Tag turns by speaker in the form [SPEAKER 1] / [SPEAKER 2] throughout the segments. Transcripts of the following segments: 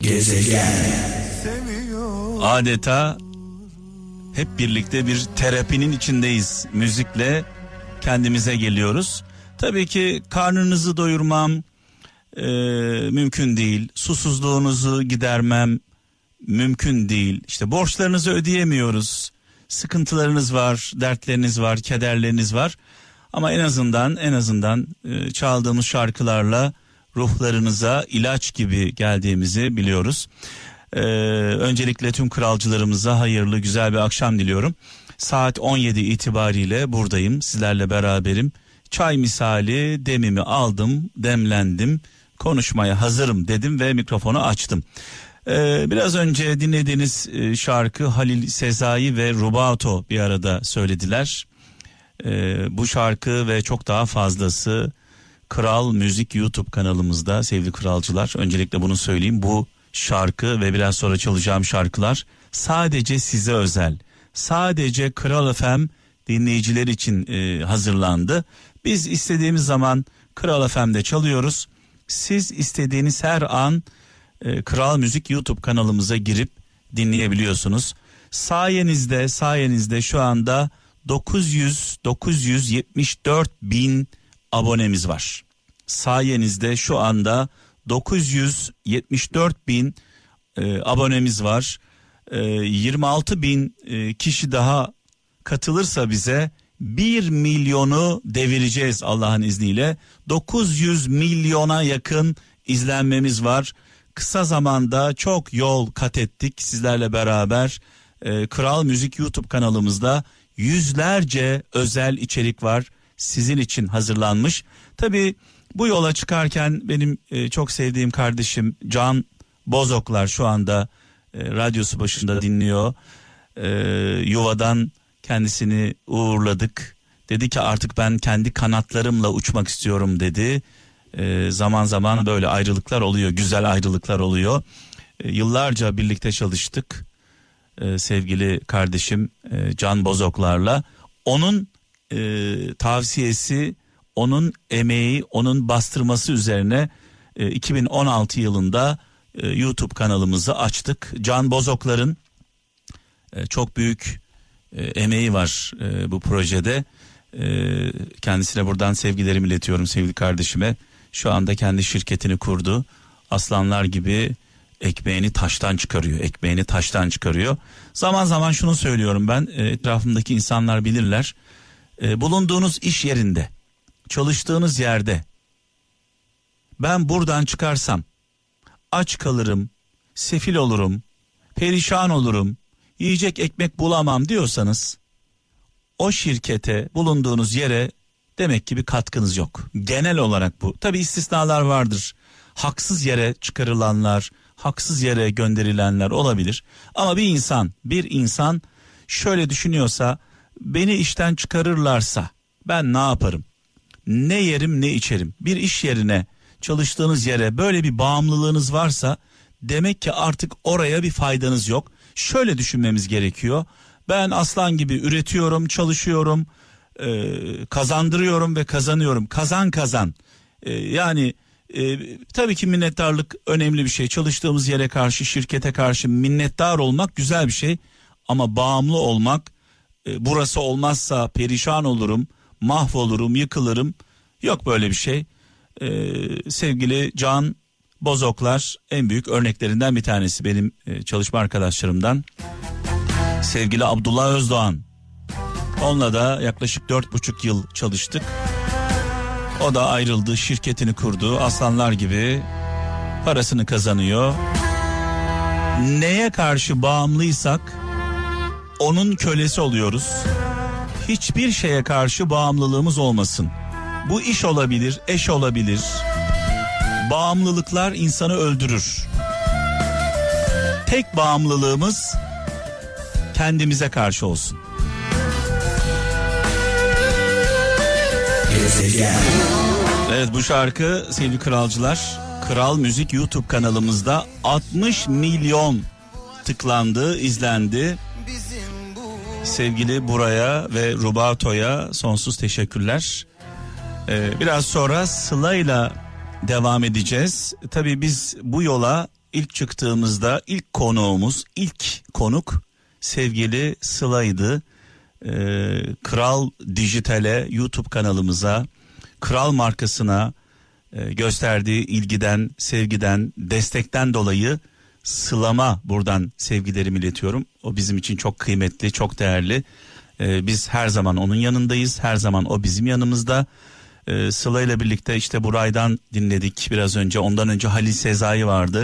[SPEAKER 1] Gezegen.
[SPEAKER 2] Adeta hep birlikte bir terapinin içindeyiz. Müzikle kendimize geliyoruz. Tabii ki karnınızı doyurmam mümkün değil. Susuzluğunuzu gidermem mümkün değil. İşte borçlarınızı ödeyemiyoruz. Sıkıntılarınız var, dertleriniz var, kederleriniz var. Ama en azından çaldığımız şarkılarla ruhlarınıza ilaç gibi geldiğimizi biliyoruz. Öncelikle tüm kralcılarımıza hayırlı güzel bir akşam diliyorum. Saat 17 itibariyle buradayım, sizlerle beraberim. Çay misali demimi aldım, demlendim, konuşmaya hazırım dedim ve mikrofonu açtım. Biraz önce dinlediğiniz şarkı Halil Sezai ve Rubato bir arada söylediler. Bu şarkı ve çok daha fazlası Kral Müzik YouTube kanalımızda sevgili kralcılar. Öncelikle bunu söyleyeyim, bu şarkı ve biraz sonra çalacağım şarkılar sadece size özel. Sadece Kral FM dinleyiciler için hazırlandı. Biz istediğimiz zaman Kral FM'de çalıyoruz. Siz istediğiniz her an Kral Müzik YouTube kanalımıza girip dinleyebiliyorsunuz. Sayenizde şu anda 974 bin abonemiz var. Sayenizde şu anda 974 bin abonemiz var. 26 bin kişi daha katılırsa bize 1 milyonu devireceğiz Allah'ın izniyle. 900 milyona yakın izlenmemiz var. Kısa zamanda çok yol kat ettik sizlerle beraber. Kral Müzik YouTube kanalımızda yüzlerce özel içerik var, sizin için hazırlanmış. Tabii bu yola çıkarken benim çok sevdiğim kardeşim Can Bozoklar şu anda radyosu başında dinliyor. Yuvadan kendisini uğurladık. Dedi ki artık ben kendi kanatlarımla uçmak istiyorum dedi. Zaman zaman böyle ayrılıklar oluyor, güzel ayrılıklar oluyor. Yıllarca birlikte çalıştık sevgili kardeşim Can Bozoklar'la. Onun tavsiyesi, onun emeği, onun bastırması üzerine 2016 yılında YouTube kanalımızı açtık. Can Bozoklar'ın çok büyük emeği var bu projede. Kendisine buradan sevgilerimi iletiyorum sevgili kardeşime. Şu anda kendi şirketini kurdu. Aslanlar gibi ekmeğini taştan çıkarıyor. Zaman zaman şunu söylüyorum ben, etrafımdaki insanlar bilirler. Bulunduğunuz iş yerinde, çalıştığınız yerde ben buradan çıkarsam aç kalırım, sefil olurum, perişan olurum, yiyecek ekmek bulamam diyorsanız o şirkete, bulunduğunuz yere demek ki bir katkınız yok. Genel olarak bu. Tabii istisnalar vardır. Haksız yere çıkarılanlar, haksız yere gönderilenler olabilir. Ama bir insan şöyle düşünüyorsa, beni işten çıkarırlarsa ben ne yaparım? Ne yerim, ne içerim? Bir iş yerine, çalıştığınız yere böyle bir bağımlılığınız varsa demek ki artık oraya bir faydanız yok. Şöyle düşünmemiz gerekiyor. Ben aslan gibi üretiyorum, çalışıyorum, kazandırıyorum ve kazanıyorum. Kazan. Tabii ki minnettarlık önemli bir şey. Çalıştığımız yere karşı, şirkete karşı minnettar olmak güzel bir şey. Ama bağımlı olmak, burası olmazsa perişan olurum, mahvolurum, yıkılırım. Yok böyle bir şey. Sevgili Can Bozoklar en büyük örneklerinden bir tanesi benim çalışma arkadaşlarımdan. Sevgili Abdullah Özdoğan. Onunla da yaklaşık 4,5 yıl çalıştık. O da ayrıldı, şirketini kurdu. Aslanlar gibi parasını kazanıyor. Neye karşı bağımlıysak onun kölesi oluyoruz. Hiçbir şeye karşı bağımlılığımız olmasın. Bu iş olabilir, eş olabilir. Bağımlılıklar insanı öldürür. Tek bağımlılığımız kendimize karşı olsun. Evet, bu şarkı sevgili kralcılar, Kral Müzik YouTube kanalımızda 60 milyon tıklandı, izlendi. Sevgili Buraya ve Rubato'ya sonsuz teşekkürler. Biraz sonra Sıla'yla devam edeceğiz. Tabii biz bu yola ilk çıktığımızda ilk konuk sevgili Sıla'ydı. Kral Dijital'e, YouTube kanalımıza, Kral markasına gösterdiği ilgiden, sevgiden, destekten dolayı Sıla'ma buradan sevgilerimi iletiyorum. O bizim için çok kıymetli, çok değerli. Biz her zaman onun yanındayız, her zaman o bizim yanımızda. Sıla ile birlikte işte Buray'dan dinledik biraz önce, ondan önce Halil Sezai vardı.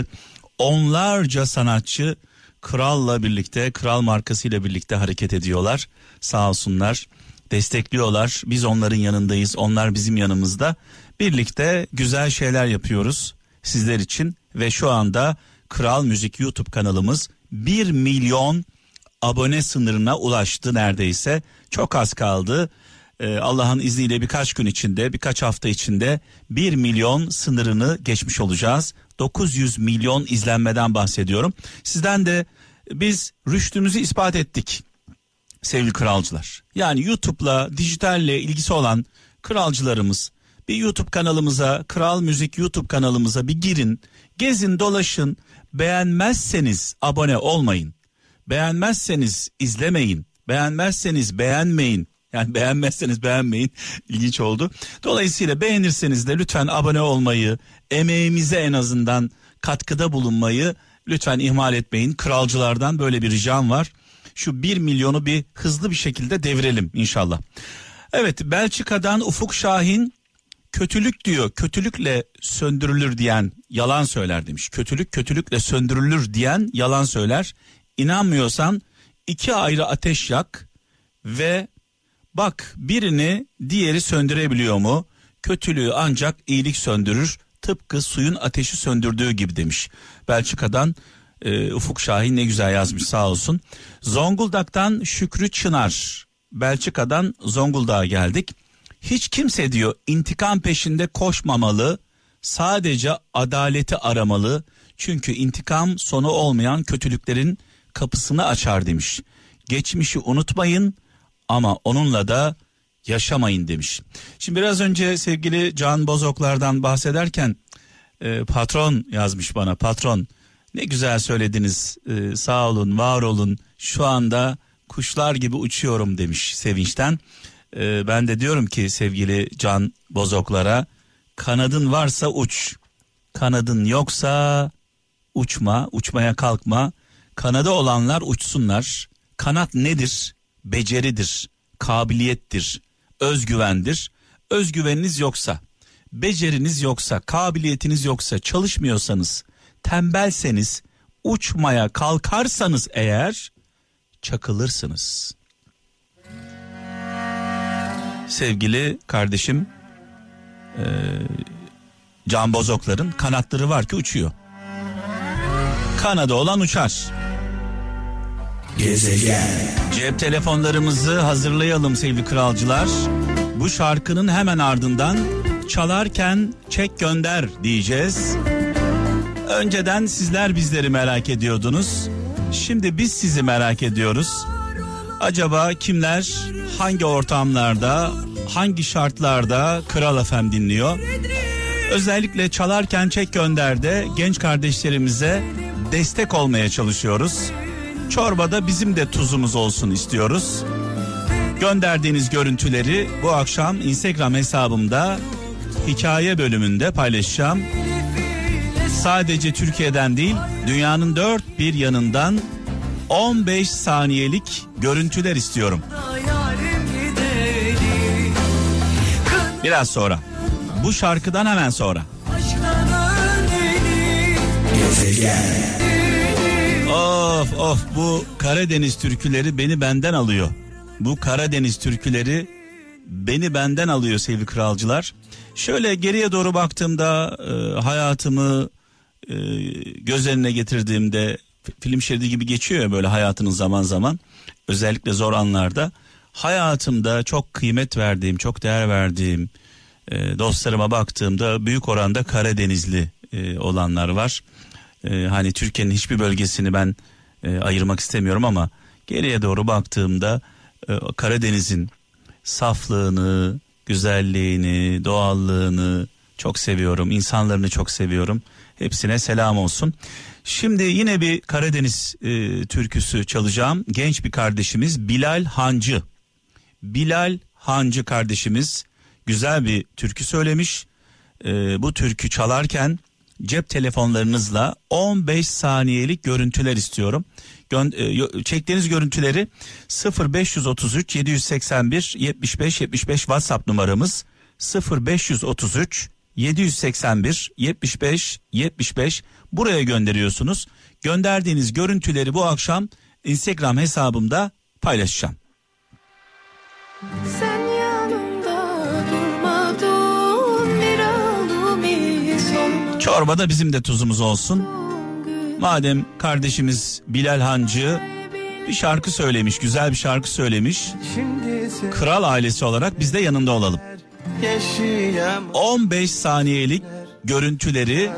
[SPEAKER 2] Onlarca sanatçı Kral'la birlikte, Kral markasıyla birlikte hareket ediyorlar. Sağ olsunlar, destekliyorlar. Biz onların yanındayız, onlar bizim yanımızda. Birlikte güzel şeyler yapıyoruz sizler için ve şu anda Kral Müzik YouTube kanalımız 1 milyon abone sınırına ulaştı neredeyse. Çok az kaldı. Allah'ın izniyle birkaç gün içinde, birkaç hafta içinde 1 milyon sınırını geçmiş olacağız. 900 milyon izlenmeden bahsediyorum. Sizden de biz rüştümüzü ispat ettik sevgili kralcılar. Yani YouTube'la, dijitalle ilgisi olan kralcılarımız bir YouTube kanalımıza, Kral Müzik YouTube kanalımıza bir girin, gezin, dolaşın. Beğenmezseniz abone olmayın. Beğenmezseniz izlemeyin. Beğenmezseniz beğenmeyin. Yani beğenmezseniz beğenmeyin. İlginç oldu. Dolayısıyla beğenirseniz de lütfen abone olmayı, emeğimize en azından katkıda bulunmayı lütfen ihmal etmeyin. Kralcılardan böyle bir ricam var. Şu 1 milyonu bir hızlı bir şekilde devirelim inşallah. Evet, Belçika'dan Ufuk Şahin, kötülük diyor, kötülükle söndürülür diyen yalan söyler demiş. Kötülük kötülükle söndürülür diyen yalan söyler. İnanmıyorsan 2 ayrı ateş yak ve bak birini diğeri söndürebiliyor mu? Kötülüğü ancak iyilik söndürür. Tıpkı suyun ateşi söndürdüğü gibi demiş. Belçika'dan Ufuk Şahin ne güzel yazmış, sağ olsun. Zonguldak'tan Şükrü Çınar. Belçika'dan Zonguldak'a geldik. Hiç kimse diyor intikam peşinde koşmamalı. Sadece adaleti aramalı. Çünkü intikam sonu olmayan kötülüklerin kapısını açar demiş. Geçmişi unutmayın ama onunla da yaşamayın demiş. Şimdi biraz önce sevgili Can Bozoklar'dan bahsederken patron yazmış bana. Patron, ne güzel söylediniz, sağ olun, var olun, şu anda kuşlar gibi uçuyorum demiş sevinçten. Ben de diyorum ki sevgili Can Bozoklar'a, kanadın varsa uç, kanadın yoksa uçma, uçmaya kalkma. Kanadı olanlar uçsunlar. Kanat nedir? Beceridir, kabiliyettir, özgüvendir. Özgüveniniz yoksa, beceriniz yoksa, kabiliyetiniz yoksa, çalışmıyorsanız, tembelseniz, uçmaya kalkarsanız eğer çakılırsınız. Sevgili kardeşim Can Bozoklar'ın kanatları var ki uçuyor. Kanadı olan uçar. Gezegen. Cep telefonlarımızı hazırlayalım sevgili kralcılar. Bu şarkının hemen ardından çalarken çek gönder diyeceğiz. Önceden sizler bizleri merak ediyordunuz. Şimdi biz sizi merak ediyoruz. Acaba kimler, hangi ortamlarda, hangi şartlarda Kral FM dinliyor? Özellikle çalarken çek gönderde genç kardeşlerimize destek olmaya çalışıyoruz. Çorbada bizim de tuzumuz olsun istiyoruz. Gönderdiğiniz görüntüleri bu akşam Instagram hesabımda hikaye bölümünde paylaşacağım. Sadece Türkiye'den değil, dünyanın dört bir yanından 15 saniyelik görüntüler istiyorum. Biraz sonra. Bu şarkıdan hemen sonra. Of bu Karadeniz türküleri beni benden alıyor. Bu Karadeniz türküleri beni benden alıyor sevgili kralcılar. Şöyle geriye doğru baktığımda hayatımı göz önüne getirdiğimde film şeridi gibi geçiyor ya böyle hayatının zaman zaman. Özellikle zor anlarda hayatımda çok kıymet verdiğim, çok değer verdiğim dostlarıma baktığımda büyük oranda Karadenizli olanlar var. Hani Türkiye'nin hiçbir bölgesini ben ayırmak istemiyorum ama geriye doğru baktığımda Karadeniz'in saflığını, güzelliğini, doğallığını çok seviyorum. İnsanlarını çok seviyorum. Hepsine selam olsun. Şimdi yine bir Karadeniz türküsü çalacağım. Genç bir kardeşimiz Bilal Hancı. Bilal Hancı kardeşimiz güzel bir türkü söylemiş. Bu türkü çalarken cep telefonlarınızla 15 saniyelik görüntüler istiyorum. Çektiğiniz görüntüleri 0533 781 75 75 WhatsApp numaramız 0533 781 75 75 buraya gönderiyorsunuz. Gönderdiğiniz görüntüleri bu akşam Instagram hesabımda paylaşacağım.
[SPEAKER 1] Sen yanımda durmadın, bir alımız olmadı.
[SPEAKER 2] Çorbada bizim de tuzumuz olsun. Madem kardeşimiz Bilal Hancı bir şarkı söylemiş, güzel bir şarkı söylemiş. Kral ailesi olarak biz de yanında olalım. 15 saniyelik görüntüleri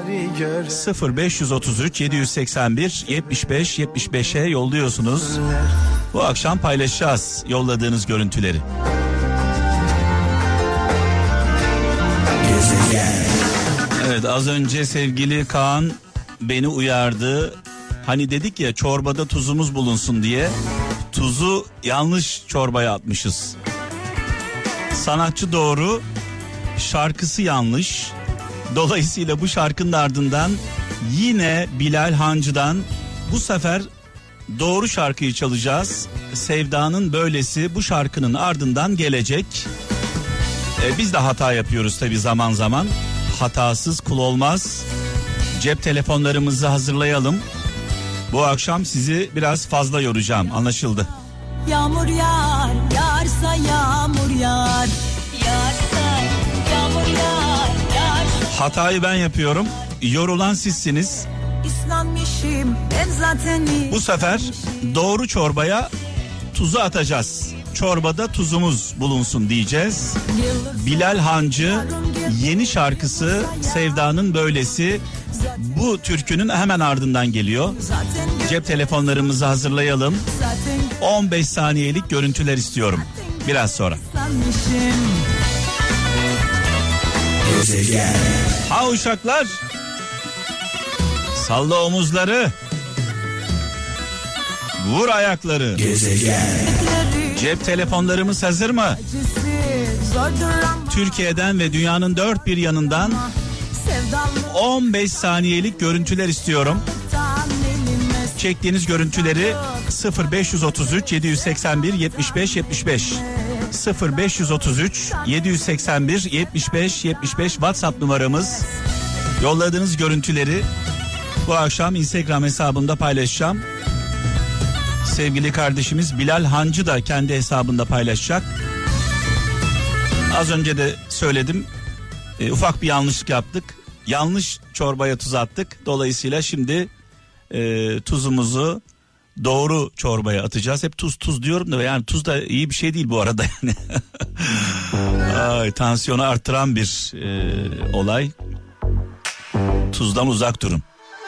[SPEAKER 2] 0533 781 75 75'e yolluyorsunuz. Bu akşam paylaşacağız yolladığınız görüntüleri. Evet, az önce sevgili Kaan beni uyardı. Hani dedik ya çorbada tuzumuz bulunsun diye. Tuzu yanlış çorbaya atmışız. Sanatçı doğru, şarkısı yanlış. Dolayısıyla bu şarkının ardından yine Bilal Hancı'dan bu sefer doğru şarkıyı çalacağız. Sevdanın Böylesi bu şarkının ardından gelecek. Biz de hata yapıyoruz tabii zaman zaman. Hatasız kul olmaz. Cep telefonlarımızı hazırlayalım. Bu akşam sizi biraz fazla yoracağım, anlaşıldı.
[SPEAKER 3] Yağmur yağar, yağarsa yağmur yağar. Yağarsa yağmur yağar, yağarsa.
[SPEAKER 2] Hatayı ben yapıyorum. Yorulan sizsiniz.
[SPEAKER 3] İslanmışım, ben zaten
[SPEAKER 2] bu sefer doğru çorbaya tuzu atacağız. Çorbada tuzumuz bulunsun diyeceğiz. Bilal Hancı yeni şarkısı Sevdanın Böylesi bu türkünün hemen ardından geliyor. Cep telefonlarımızı hazırlayalım. 15 saniyelik görüntüler istiyorum biraz sonra. Ha uşaklar, salla omuzları, vur ayakları. Cep telefonlarımız hazır mı? Türkiye'den ve dünyanın dört bir yanından 15 saniyelik görüntüler istiyorum. Çektiğiniz görüntüleri 0533 781 75 75 0533 781 75 75 WhatsApp numaramız. Yolladığınız görüntüleri bu akşam Instagram hesabımda paylaşacağım. Sevgili kardeşimiz Bilal Hancı da kendi hesabında paylaşacak. Az önce de söyledim. Ufak bir yanlışlık yaptık. Yanlış çorbaya tuz attık. Dolayısıyla şimdi tuzumuzu doğru çorbaya atacağız. Hep tuz diyorum da yani tuz da iyi bir şey değil bu arada yani. Ay, tansiyonu artıran bir olay. Tuzdan uzak durun.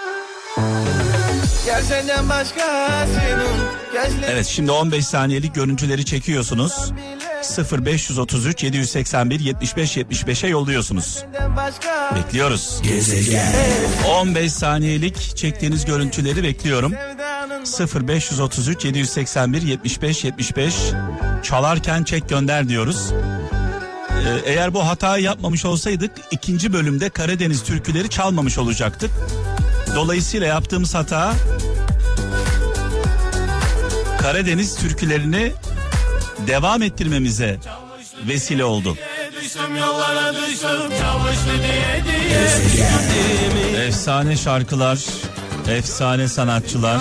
[SPEAKER 2] Evet, şimdi 15 saniyelik görüntüleri çekiyorsunuz. 0533 781 75 75'e yolluyorsunuz. Bekliyoruz. 15 saniyelik çektiğiniz görüntüleri bekliyorum. 0533 781 75 75 çalarken çek gönder diyoruz. Eğer bu hatayı yapmamış olsaydık ikinci bölümde Karadeniz türküleri çalmamış olacaktık. Dolayısıyla yaptığımız hata Karadeniz türkülerini devam ettirmemize vesile oldu. Efsane şarkılar, efsane sanatçılar,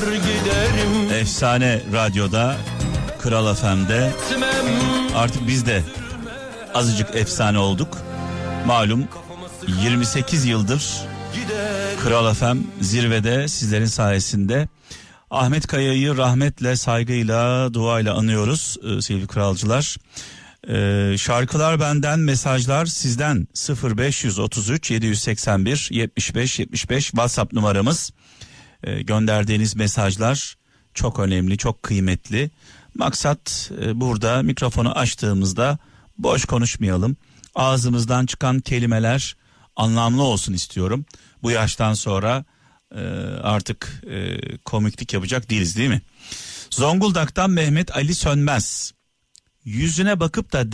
[SPEAKER 2] efsane radyoda, Kral FM'de. Artık biz de azıcık efsane olduk. Malum 28 yıldır Kral FM zirvede sizlerin sayesinde. Ahmet Kaya'yı rahmetle, saygıyla, duayla anıyoruz sevgili kralcılar. Şarkılar benden, mesajlar sizden. 0533 781 75 75 WhatsApp numaramız. Gönderdiğiniz mesajlar çok önemli, çok kıymetli. Maksat burada mikrofonu açtığımızda boş konuşmayalım. Ağzımızdan çıkan kelimeler anlamlı olsun istiyorum. Bu yaştan sonra artık komiklik yapacak değiliz, değil mi? Zonguldak'tan Mehmet Ali Sönmez. Yüzüne bakıp da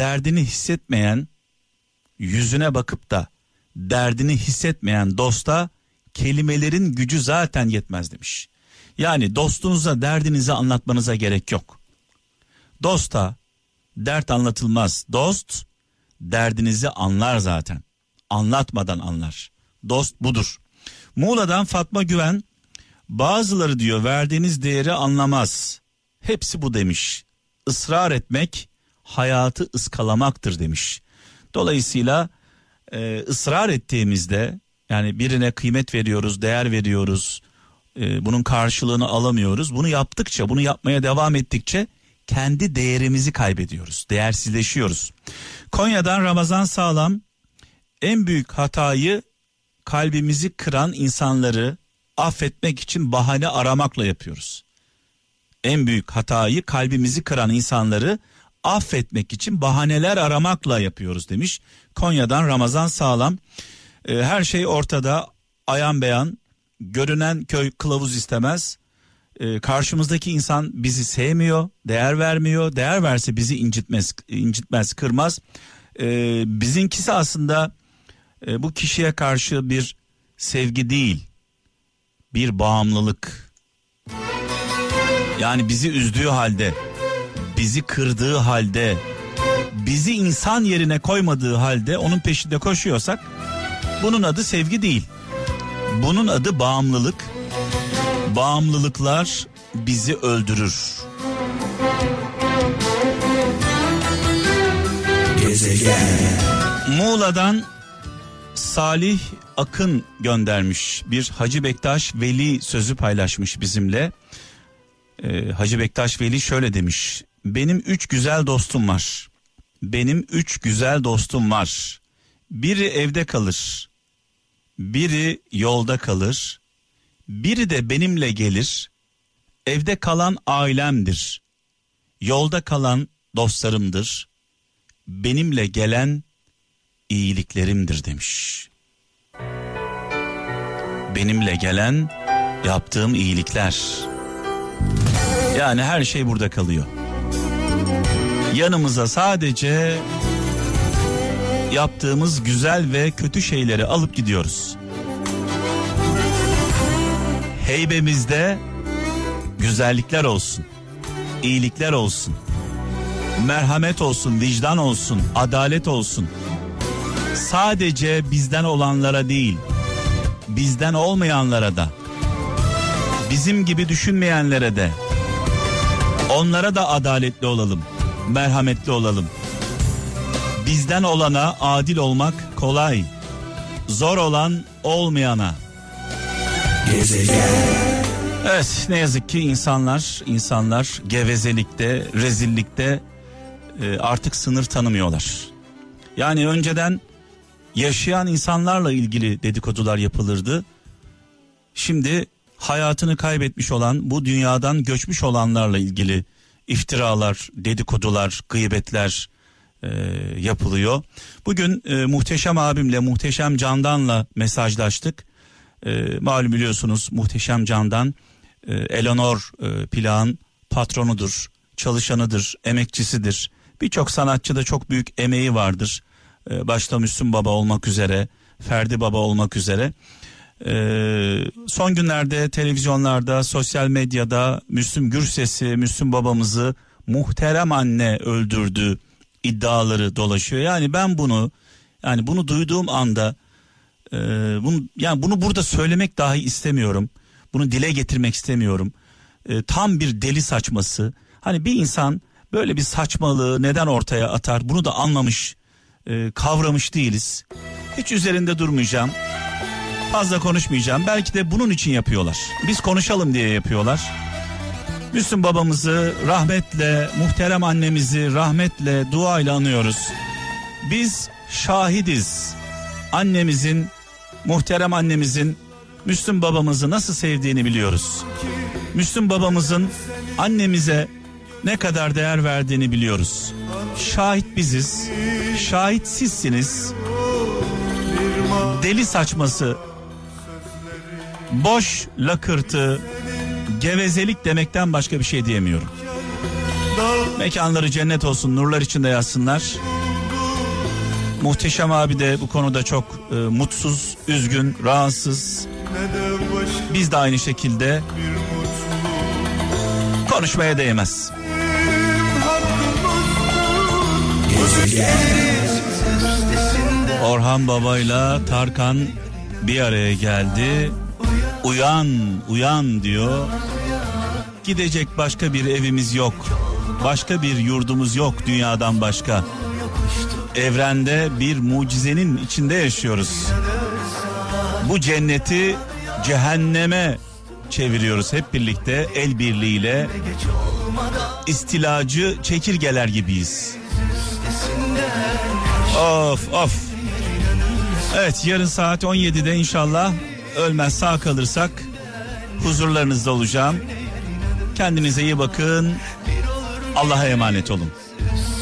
[SPEAKER 2] derdini hissetmeyen dosta kelimelerin gücü zaten yetmez demiş. Yani dostunuza derdinizi anlatmanıza gerek yok. Dosta dert anlatılmaz. Dost derdinizi anlar zaten. Anlatmadan anlar. Dost budur. Muğla'dan Fatma Güven, bazıları diyor verdiğiniz değeri anlamaz. Hepsi bu demiş. Israr etmek hayatı ıskalamaktır demiş. Dolayısıyla ısrar ettiğimizde, yani birine kıymet veriyoruz, değer veriyoruz, bunun karşılığını alamıyoruz. Bunu yaptıkça, bunu yapmaya devam ettikçe kendi değerimizi kaybediyoruz, değersizleşiyoruz. Konya'dan Ramazan Sağlam, en büyük hatayı kalbimizi kıran insanları affetmek için bahane aramakla yapıyoruz. En büyük hatayı kalbimizi kıran insanları affetmek için bahaneler aramakla yapıyoruz demiş. Konya'dan Ramazan Sağlam. Her şey ortada, ayan beyan, görünen köy kılavuz istemez. Karşımızdaki insan bizi sevmiyor, değer vermiyor. Değer verse bizi incitmez, kırmaz. Bizimkisi aslında bu kişiye karşı bir sevgi değil, bir bağımlılık. Yani bizi üzdüğü halde, bizi kırdığı halde, bizi insan yerine koymadığı halde onun peşinde koşuyorsak bunun adı sevgi değil. Bunun adı bağımlılık. Bağımlılıklar bizi öldürür. Gezegen. Muğla'dan Salih Akın göndermiş. Bir Hacı Bektaş Veli sözü paylaşmış bizimle. Hacı Bektaş Veli şöyle demiş: benim 3 güzel dostum var. Biri evde kalır, biri yolda kalır, biri de benimle gelir. Evde kalan ailemdir, yolda kalan dostlarımdır, benimle gelen iyiliklerimdir demiş. Benimle gelen yaptığım iyilikler. Yani her şey burada kalıyor. Yanımıza sadece yaptığımız güzel ve kötü şeyleri alıp gidiyoruz. Heybemizde güzellikler olsun, iyilikler olsun, merhamet olsun, vicdan olsun, adalet olsun. Sadece bizden olanlara değil, bizden olmayanlara da, bizim gibi düşünmeyenlere de, onlara da adaletli olalım, merhametli olalım. Bizden olana adil olmak kolay, zor olan olmayana. Evet, ne yazık ki insanlar gevezelikte, rezillikte artık sınır tanımıyorlar. Yani önceden yaşayan insanlarla ilgili dedikodular yapılırdı. Şimdi hayatını kaybetmiş olan, bu dünyadan göçmüş olanlarla ilgili iftiralar, dedikodular, gıybetler yapılıyor. Bugün Muhteşem abimle, Muhteşem Candan'la mesajlaştık. Malum biliyorsunuz Muhteşem Candan Eleanor Plak'ın patronudur, çalışanıdır, emekçisidir. Birçok sanatçıda çok büyük emeği vardır. Başta Müslüm Baba olmak üzere, Ferdi Baba olmak üzere. Son günlerde televizyonlarda, sosyal medyada Müslüm Gürses'i, Müslüm babamızı muhterem anne öldürdü iddiaları dolaşıyor. Yani ben bunu duyduğum anda bunu burada söylemek dahi istemiyorum. Bunu dile getirmek istemiyorum. Tam bir deli saçması. Hani bir insan böyle bir saçmalığı neden ortaya atar? Bunu da anlamış, kavramış değiliz. Hiç üzerinde durmayacağım. Fazla konuşmayacağım. Belki de bunun için yapıyorlar. Biz konuşalım diye yapıyorlar. Müslüm babamızı rahmetle, muhterem annemizi rahmetle, duayla anıyoruz. Biz şahidiz. Annemizin, muhterem annemizin Müslüm babamızı nasıl sevdiğini biliyoruz. Müslüm babamızın annemize ne kadar değer verdiğini biliyoruz. Şahit biziz. Şahit sizsiniz. Deli saçması boş lakırtı, gevezelik demekten başka bir şey diyemiyorum. Mekanları cennet olsun, nurlar içinde yatsınlar. Muhteşem abi de bu konuda çok mutsuz, üzgün, rahatsız. Biz de aynı şekilde. Konuşmaya değmez. Orhan Baba'yla Tarkan bir araya geldi. Uyan, uyan diyor. Gidecek başka bir evimiz yok. Başka bir yurdumuz yok dünyadan başka. Evrende bir mucizenin içinde yaşıyoruz. Bu cenneti cehenneme çeviriyoruz hep birlikte, el birliğiyle. İstilacı çekirgeler gibiyiz. Of of. Evet, yarın saat 17'de inşallah ölmez sağ kalırsak huzurlarınızda olacağım. Kendinize iyi bakın. Allah'a emanet olun.